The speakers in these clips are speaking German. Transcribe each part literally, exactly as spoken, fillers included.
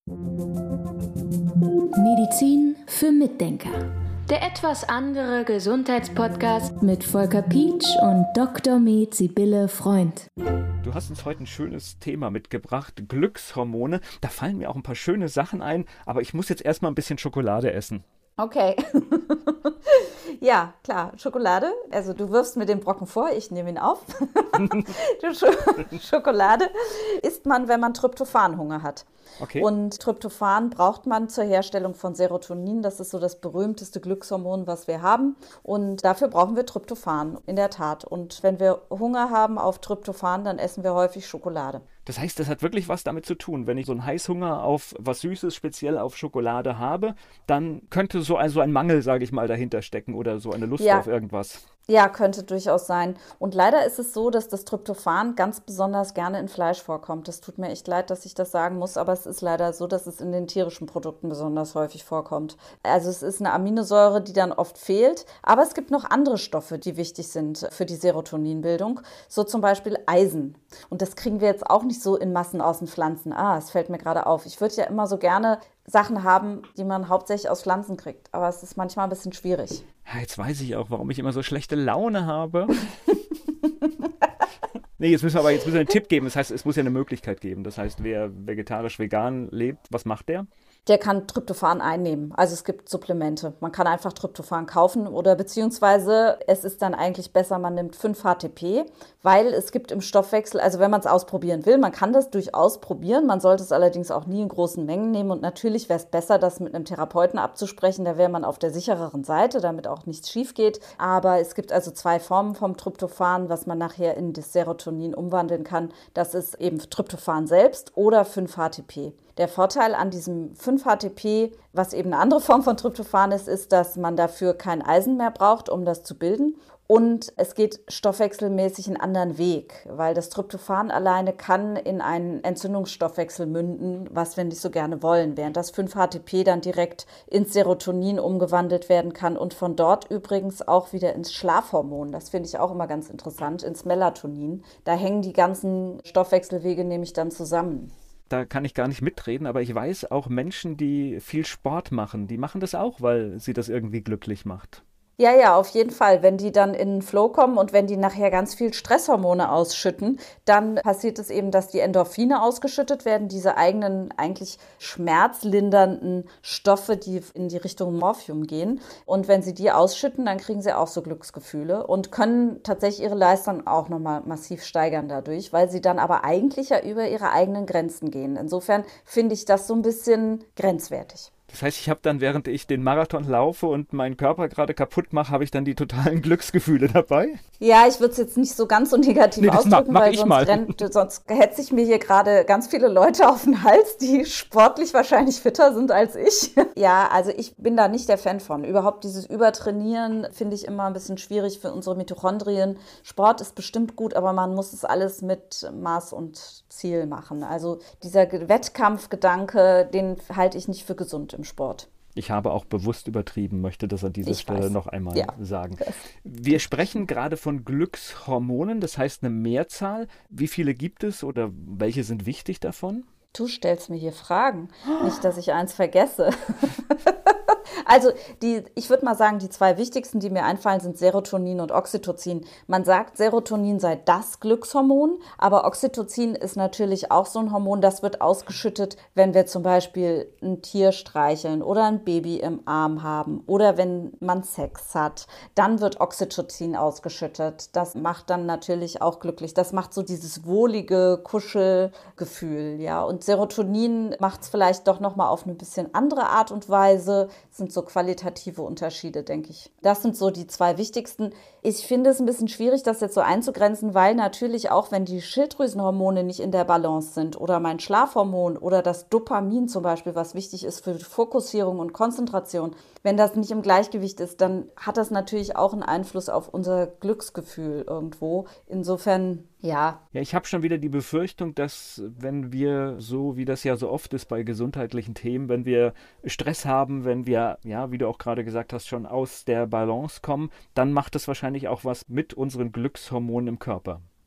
Medizin für Mitdenker. Der etwas andere Gesundheitspodcast mit Volker Pietsch und Doktor Med Sibylle Freund. Du hast uns heute ein schönes Thema mitgebracht, Glückshormone. Da fallen mir auch ein paar schöne Sachen ein, aber ich muss jetzt erstmal ein bisschen Schokolade essen. Okay. Ja, klar, Schokolade. Also du wirfst mir den Brocken vor, ich nehme ihn auf. Sch- Schokolade isst man, wenn man Tryptophanhunger hat. Okay. Und Tryptophan braucht man zur Herstellung von Serotonin. Das ist so das berühmteste Glückshormon, was wir haben. Und dafür brauchen wir Tryptophan, in der Tat. Und wenn wir Hunger haben auf Tryptophan, dann essen wir häufig Schokolade. Das heißt, das hat wirklich was damit zu tun. Wenn ich so einen Heißhunger auf was Süßes, speziell auf Schokolade habe, dann könnte so ein, so ein Mangel, sage ich mal, dahinter stecken oder so eine Lust Ja. auf irgendwas. Ja, könnte durchaus sein. Und leider ist es so, dass das Tryptophan ganz besonders gerne in Fleisch vorkommt. Das tut mir echt leid, dass ich das sagen muss, aber es ist leider so, dass es in den tierischen Produkten besonders häufig vorkommt. Also es ist eine Aminosäure, die dann oft fehlt, aber es gibt noch andere Stoffe, die wichtig sind für die Serotoninbildung, so zum Beispiel Eisen. Und das kriegen wir jetzt auch nicht so in Massen aus den Pflanzen. Ah, es fällt mir gerade auf. Ich würde ja immer so gerne Sachen haben, die man hauptsächlich aus Pflanzen kriegt, aber es ist manchmal ein bisschen schwierig. Ja, jetzt weiß ich auch, warum ich immer so schlechte Laune habe. Nee, jetzt müssen wir aber jetzt müssen wir einen Tipp geben. Das heißt, es muss ja eine Möglichkeit geben. Das heißt, wer vegetarisch-vegan lebt, was macht der? Der kann Tryptophan einnehmen. Also es gibt Supplemente. Man kann einfach Tryptophan kaufen oder beziehungsweise es ist dann eigentlich besser, man nimmt fünf H T P, weil es gibt im Stoffwechsel, also wenn man es ausprobieren will, man kann das durchaus probieren, man sollte es allerdings auch nie in großen Mengen nehmen und natürlich wäre es besser, das mit einem Therapeuten abzusprechen, da wäre man auf der sichereren Seite, damit auch nichts schief geht. Aber es gibt also zwei Formen vom Tryptophan, was man nachher in das Serotonin umwandeln kann. Das ist eben Tryptophan selbst oder fünf H T P. Der Vorteil an diesem fünf H T P, was eben eine andere Form von Tryptophan ist, ist, dass man dafür kein Eisen mehr braucht, um das zu bilden. Und es geht stoffwechselmäßig einen anderen Weg, weil das Tryptophan alleine kann in einen Entzündungsstoffwechsel münden, was wir nicht so gerne wollen, während das fünf H T P dann direkt ins Serotonin umgewandelt werden kann und von dort übrigens auch wieder ins Schlafhormon. Das finde ich auch immer ganz interessant, ins Melatonin. Da hängen die ganzen Stoffwechselwege nämlich dann zusammen. Da kann ich gar nicht mitreden, aber ich weiß auch Menschen, die viel Sport machen, die machen das auch, weil sie das irgendwie glücklich macht. Ja, ja, auf jeden Fall. Wenn die dann in den Flow kommen und wenn die nachher ganz viel Stresshormone ausschütten, dann passiert es eben, dass die Endorphine ausgeschüttet werden, diese eigenen eigentlich schmerzlindernden Stoffe, die in die Richtung Morphium gehen. Und wenn sie die ausschütten, dann kriegen sie auch so Glücksgefühle und können tatsächlich ihre Leistung auch nochmal massiv steigern dadurch, weil sie dann aber eigentlich ja über ihre eigenen Grenzen gehen. Insofern finde ich das so ein bisschen grenzwertig. Das heißt, ich habe dann, während ich den Marathon laufe und meinen Körper gerade kaputt mache, habe ich dann die totalen Glücksgefühle dabei? Ja, ich würde es jetzt nicht so ganz so negativ Nee, das ausdrücken, mach- mach weil ich sonst, mal. rennt, sonst hetze ich mir hier gerade ganz viele Leute auf den Hals, die sportlich wahrscheinlich fitter sind als ich. Ja, also ich bin da nicht der Fan von. Überhaupt dieses Übertrainieren finde ich immer ein bisschen schwierig für unsere Mitochondrien. Sport ist bestimmt gut, aber man muss es alles mit Maß und Ziel machen. Also dieser Ge- Wettkampfgedanke, den halte ich nicht für gesund im Sport. Ich habe auch bewusst übertrieben, möchte das an dieser Ich Stelle weiß. noch einmal Ja. sagen. Wir sprechen gerade von Glückshormonen, das heißt eine Mehrzahl. Wie viele gibt es oder welche sind wichtig davon? Du stellst mir hier Fragen. Nicht, dass ich eins vergesse. Also die, ich würde mal sagen, die zwei wichtigsten, die mir einfallen, sind Serotonin und Oxytocin. Man sagt, Serotonin sei das Glückshormon, aber Oxytocin ist natürlich auch so ein Hormon, das wird ausgeschüttet, wenn wir zum Beispiel ein Tier streicheln oder ein Baby im Arm haben oder wenn man Sex hat. Dann wird Oxytocin ausgeschüttet. Das macht dann natürlich auch glücklich. Das macht so dieses wohlige Kuschelgefühl, ja. Und Serotonin macht es vielleicht doch nochmal auf eine bisschen andere Art und Weise. Das sind so qualitative Unterschiede, denke ich. Das sind so die zwei wichtigsten. Ich finde es ein bisschen schwierig, das jetzt so einzugrenzen, weil natürlich auch, wenn die Schilddrüsenhormone nicht in der Balance sind oder mein Schlafhormon oder das Dopamin zum Beispiel, was wichtig ist für die Fokussierung und Konzentration, wenn das nicht im Gleichgewicht ist, dann hat das natürlich auch einen Einfluss auf unser Glücksgefühl irgendwo. Insofern, ja. Ja, ich habe schon wieder die Befürchtung, dass wenn wir, so wie das ja so oft ist bei gesundheitlichen Themen, wenn wir Stress haben, wenn wir, ja, wie du auch gerade gesagt hast, schon aus der Balance kommen, dann macht das wahrscheinlich auch was mit unseren Glückshormonen im Körper.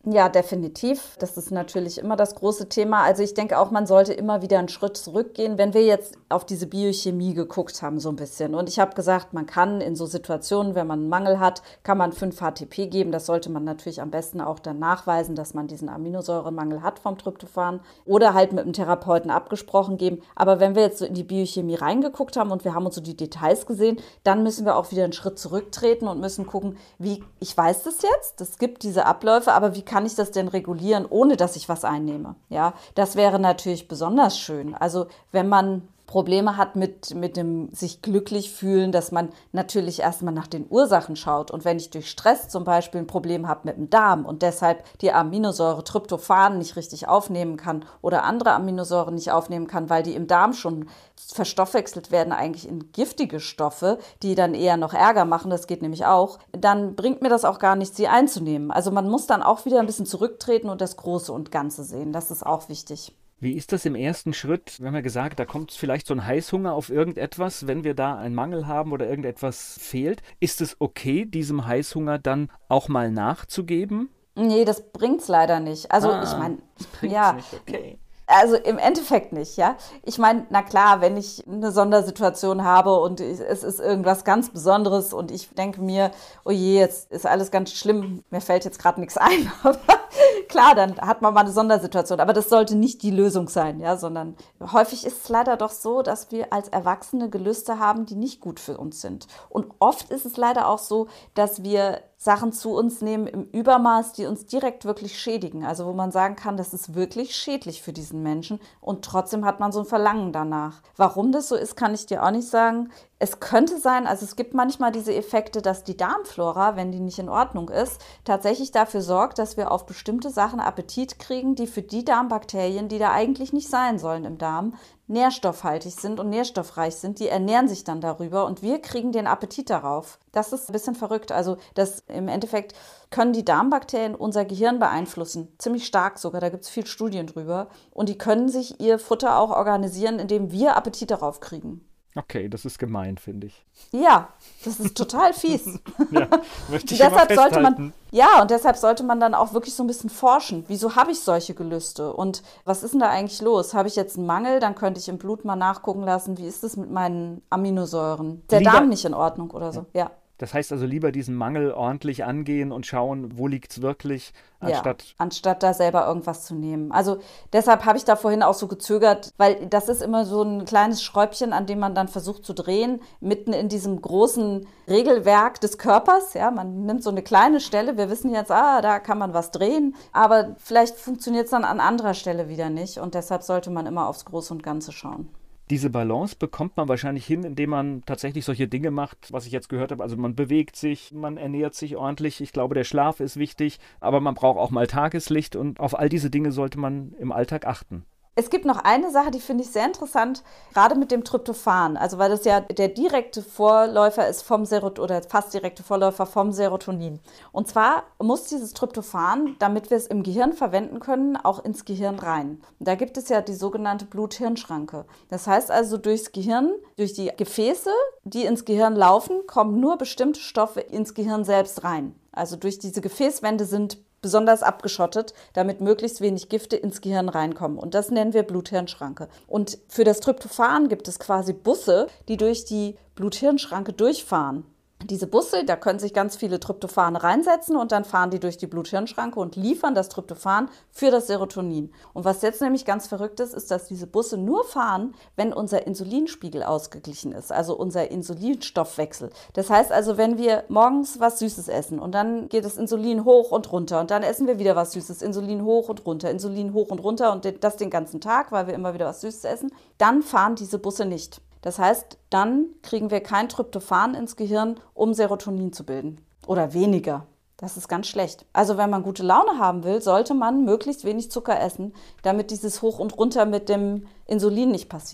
Ja, definitiv. Das ist natürlich immer das große Thema. Also ich denke auch, man sollte immer wieder einen Schritt zurückgehen, wenn wir jetzt auf diese Biochemie geguckt haben so ein bisschen. Und ich habe gesagt, man kann in so Situationen, wenn man einen Mangel hat, kann man fünf H T P geben. Das sollte man natürlich am besten auch dann nachweisen, dass man diesen Aminosäuremangel hat vom Tryptophan oder halt mit dem Therapeuten abgesprochen geben. Aber wenn wir jetzt so in die Biochemie reingeguckt haben und wir haben uns so die Details gesehen, dann müssen wir auch wieder einen Schritt zurücktreten und müssen gucken, wie, ich weiß das jetzt, es gibt diese Abläufe, aber wie kann ich das denn regulieren, ohne dass ich was einnehme? Ja, das wäre natürlich besonders schön. Also wenn man Probleme hat mit, mit dem sich glücklich fühlen, dass man natürlich erstmal nach den Ursachen schaut. Und wenn ich durch Stress zum Beispiel ein Problem habe mit dem Darm und deshalb die Aminosäure Tryptophan nicht richtig aufnehmen kann oder andere Aminosäuren nicht aufnehmen kann, weil die im Darm schon verstoffwechselt werden, eigentlich in giftige Stoffe, die dann eher noch Ärger machen, das geht nämlich auch, dann bringt mir das auch gar nichts, sie einzunehmen. Also man muss dann auch wieder ein bisschen zurücktreten und das Große und Ganze sehen. Das ist auch wichtig. Wie ist das im ersten Schritt? Wir haben ja gesagt, da kommt vielleicht so ein Heißhunger auf irgendetwas, wenn wir da einen Mangel haben oder irgendetwas fehlt. Ist es okay, diesem Heißhunger dann auch mal nachzugeben? Nee, das bringt's leider nicht. Also ah, ich meine, ja, nicht, okay. Also im Endeffekt nicht, ja. Ich meine, na klar, wenn ich eine Sondersituation habe und ich, es ist irgendwas ganz Besonderes und ich denke mir, oh je, jetzt ist alles ganz schlimm, mir fällt jetzt gerade nichts ein, aber klar, dann hat man mal eine Sondersituation. Aber das sollte nicht die Lösung sein, ja, sondern häufig ist es leider doch so, dass wir als Erwachsene Gelüste haben, die nicht gut für uns sind. Und oft ist es leider auch so, dass wir Sachen zu uns nehmen im Übermaß, die uns direkt wirklich schädigen. Also wo man sagen kann, das ist wirklich schädlich für diesen Menschen und trotzdem hat man so ein Verlangen danach. Warum das so ist, kann ich dir auch nicht sagen. Es könnte sein, also es gibt manchmal diese Effekte, dass die Darmflora, wenn die nicht in Ordnung ist, tatsächlich dafür sorgt, dass wir auf bestimmte Sachen Appetit kriegen, die für die Darmbakterien, die da eigentlich nicht sein sollen im Darm, nährstoffhaltig sind und nährstoffreich sind, die ernähren sich dann darüber und wir kriegen den Appetit darauf. Das ist ein bisschen verrückt. Also das im Endeffekt können die Darmbakterien unser Gehirn beeinflussen, ziemlich stark sogar, da gibt es viel Studien drüber und die können sich ihr Futter auch organisieren, indem wir Appetit darauf kriegen. Okay, das ist gemein, finde ich. Ja, das ist total fies. Ja, möchte ich deshalb immer sollte man, ja, und deshalb sollte man dann auch wirklich so ein bisschen forschen. Wieso habe ich solche Gelüste? Und was ist denn da eigentlich los? Habe ich jetzt einen Mangel? Dann könnte ich im Blut mal nachgucken lassen, wie ist es mit meinen Aminosäuren? Ist der Lieber, Darm nicht in Ordnung oder so? Ja. Das heißt also lieber diesen Mangel ordentlich angehen und schauen, wo liegt es wirklich, anstatt... Ja, anstatt da selber irgendwas zu nehmen. Also deshalb habe ich da vorhin auch so gezögert, weil das ist immer so ein kleines Schräubchen, an dem man dann versucht zu drehen, mitten in diesem großen Regelwerk des Körpers. Ja, man nimmt so eine kleine Stelle, wir wissen jetzt, ah, da kann man was drehen, aber vielleicht funktioniert es dann an anderer Stelle wieder nicht und deshalb sollte man immer aufs Große und Ganze schauen. Diese Balance bekommt man wahrscheinlich hin, indem man tatsächlich solche Dinge macht, was ich jetzt gehört habe. Also man bewegt sich, man ernährt sich ordentlich. Ich glaube, der Schlaf ist wichtig, aber man braucht auch mal Tageslicht und auf all diese Dinge sollte man im Alltag achten. Es gibt noch eine Sache, die finde ich sehr interessant, gerade mit dem Tryptophan, also weil das ja der direkte Vorläufer ist vom Serotonin oder fast direkte Vorläufer vom Serotonin. Und zwar muss dieses Tryptophan, damit wir es im Gehirn verwenden können, auch ins Gehirn rein. Und da gibt es ja die sogenannte Blut-Hirn-Schranke. Das heißt also, durchs Gehirn, durch die Gefäße, die ins Gehirn laufen, kommen nur bestimmte Stoffe ins Gehirn selbst rein. Also durch diese Gefäßwände sind besonders abgeschottet, damit möglichst wenig Gifte ins Gehirn reinkommen. Und das nennen wir Blut-Hirn-Schranke. Und für das Tryptophan gibt es quasi Busse, die durch die Blut-Hirn-Schranke durchfahren. Diese Busse, da können sich ganz viele Tryptophane reinsetzen und dann fahren die durch die Blut-Hirn-Schranke und liefern das Tryptophan für das Serotonin. Und was jetzt nämlich ganz verrückt ist, ist, dass diese Busse nur fahren, wenn unser Insulinspiegel ausgeglichen ist, also unser Insulinstoffwechsel. Das heißt also, wenn wir morgens was Süßes essen und dann geht das Insulin hoch und runter und dann essen wir wieder was Süßes, Insulin hoch und runter, Insulin hoch und runter und das den ganzen Tag, weil wir immer wieder was Süßes essen, dann fahren diese Busse nicht. Das heißt, dann kriegen wir kein Tryptophan ins Gehirn, um Serotonin zu bilden. Oder weniger. Das ist ganz schlecht. Also wenn man gute Laune haben will, sollte man möglichst wenig Zucker essen, damit dieses Hoch und Runter mit dem Insulin nicht passiert.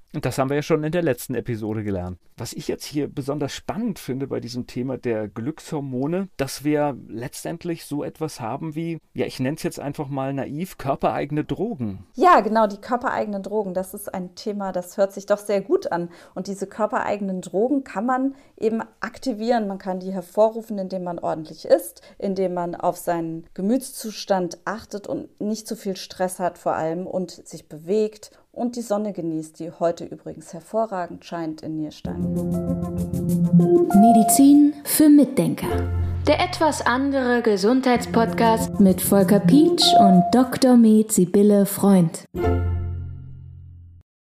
Und das haben wir ja schon in der letzten Episode gelernt. Was ich jetzt hier besonders spannend finde bei diesem Thema der Glückshormone, dass wir letztendlich so etwas haben wie, ja, ich nenne es jetzt einfach mal naiv, körpereigene Drogen. Ja, genau, die körpereigenen Drogen, das ist ein Thema, das hört sich doch sehr gut an. Und diese körpereigenen Drogen kann man eben aktivieren. Man kann die hervorrufen, indem man ordentlich isst, indem man auf seinen Gemütszustand achtet und nicht zu viel Stress hat vor allem und sich bewegt und die Sonne genießt, die heute übrigens hervorragend scheint in Nierstein. Medizin für Mitdenker. Der etwas andere Gesundheitspodcast mit Volker Pietsch und Doktor Med Sibylle Freund.